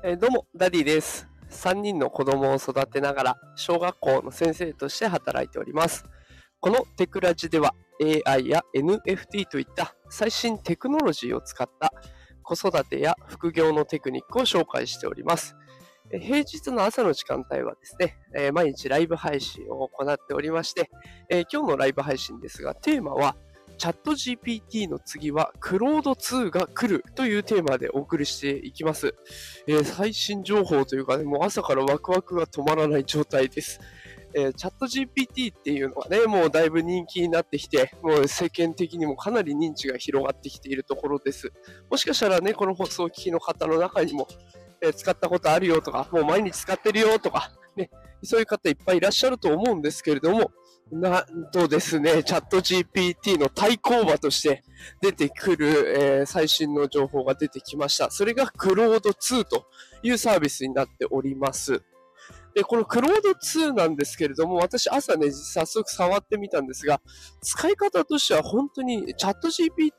どうも、ダディです。3人の子供を育てながら、小学校の先生として働いております。このテクラジでは、AI や NFT といった最新テクノロジーを使った子育てや副業のテクニックを紹介しております。平日の朝の時間帯はですね、毎日ライブ配信を行っておりまして、今日のライブ配信ですが、テーマは、チャット GPT の次はクロード2が来るというテーマでお送りしていきます。最新情報というかね、もう朝からワクワクが止まらない状態です。チャット GPT っていうのはね、もうだいぶ人気になってきて、もう世間的にもかなり認知が広がってきているところです。もしかしたらね、この放送を聞きの方の中にも、使ったことあるよとか、もう毎日使ってるよとか、ね、そういう方いっぱいいらっしゃると思うんですけれども、なんとですね、チャット GPT の対抗馬として出てくる、最新の情報が出てきました。それがクロード2というサービスになっております。で、このクロード2なんですけれども、私朝ね、早速触ってみたんですが、使い方としては本当にチャット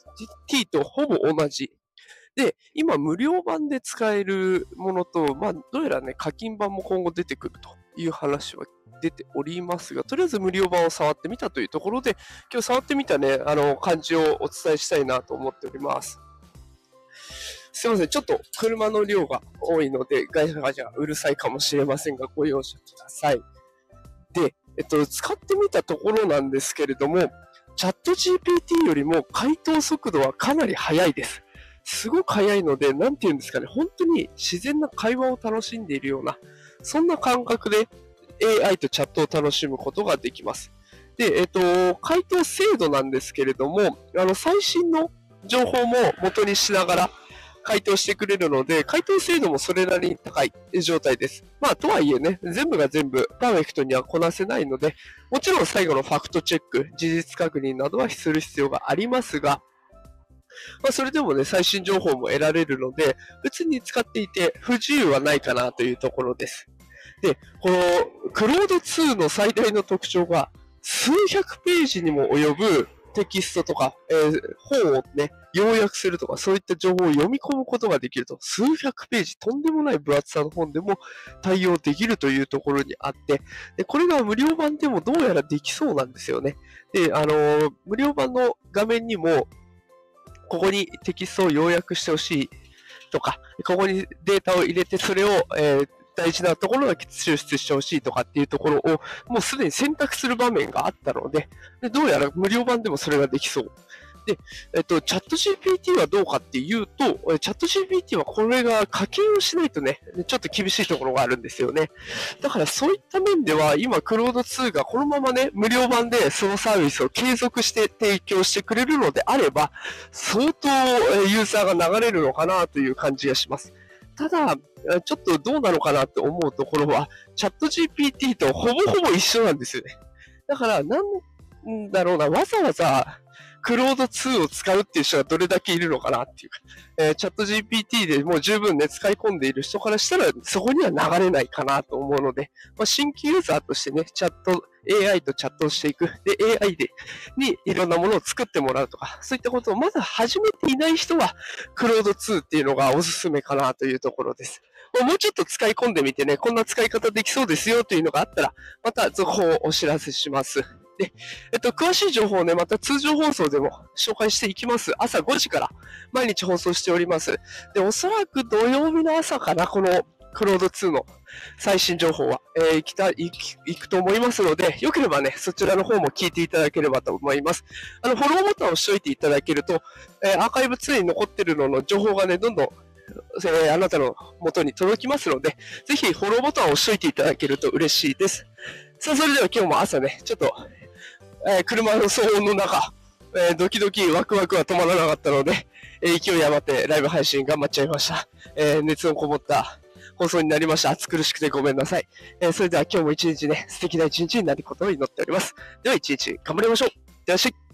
GPT とほぼ同じ。で、今無料版で使えるものと、どうやらね、課金版も今後出てくるという話は出ておりますが、とりあえず無料版を触ってみたというところで、今日触ってみたね、感じをお伝えしたいなと思っております。すいません、ちょっと車の量が多いので、ガチャガチャうるさいかもしれませんが、ご容赦ください。で、使ってみたところなんですけれども、チャット GPT よりも回答速度はかなり速いです。すごく速いので、なんていうんですかね、本当に自然な会話を楽しんでいるような、そんな感覚で AI とチャットを楽しむことができます。で、回答精度なんですけれども、最新の情報も元にしながら回答してくれるので、回答精度もそれなりに高い状態です。とはいえね、全部が全部パーフェクトにはこなせないので、もちろん最後のファクトチェック、事実確認などはする必要がありますが、それでもね、最新情報も得られるので、別に使っていて不自由はないかなというところです。で、このクロード2の最大の特徴が、数百ページにも及ぶテキストとか、本をね、要約するとか、そういった情報を読み込むことができると、数百ページ、とんでもない分厚さの本でも対応できるというところにあって、でこれが無料版でもどうやらできそうなんですよね。で、無料版の画面にも、ここにテキストを要約してほしいとか、ここにデータを入れて、それを、大事なところだけ抽出してほしいとかっていうところを、もうすでに選択する場面があったので、どうやら無料版でもそれができそう。で、チャット GPT はどうかっていうと、チャット GPT はこれが課金をしないとね、ちょっと厳しいところがあるんですよね。だからそういった面では、今、クロード2がこのままね、無料版でそのサービスを継続して提供してくれるのであれば、相当ユーザーが流れるのかなという感じがします。ただ、ちょっとどうなのかなって思うところは、チャット GPT とほぼほぼ一緒なんですよね。だから、なんだろうな、わざわざ、クロード2を使うっていう人がどれだけいるのかなっていうか、チャット GPT でもう十分ね、使い込んでいる人からしたら、そこには流れないかなと思うので、新規ユーザーとしてね、AI とチャットをしていく。で、AI にいろんなものを作ってもらうとか、そういったことをまだ始めていない人は、クロード2っていうのがおすすめかなというところです。もうちょっと使い込んでみてね、こんな使い方できそうですよというのがあったら、また続報をお知らせします。で、詳しい情報をね、また通常放送でも紹介していきます。朝5時から毎日放送しております。で、おそらく土曜日の朝かな、このクロード2の最新情報は、行くと思いますので、よければね、そちらの方も聞いていただければと思います。フォローボタンを押しておいていただけると、アーカイブ常に残ってるのの情報がね、どんどんあなたの元に届きますので、ぜひフォローボタンを押しておいていただけると嬉しいです。さあ、それでは今日も朝ね、ちょっと、車の騒音の中、ドキドキワクワクは止まらなかったので、勢い余ってライブ配信頑張っちゃいました。熱のこもった放送になりました。暑苦しくてごめんなさい。それでは今日も一日ね、素敵な一日になることを祈っております。では一日頑張りましょう。いってらっしゃい。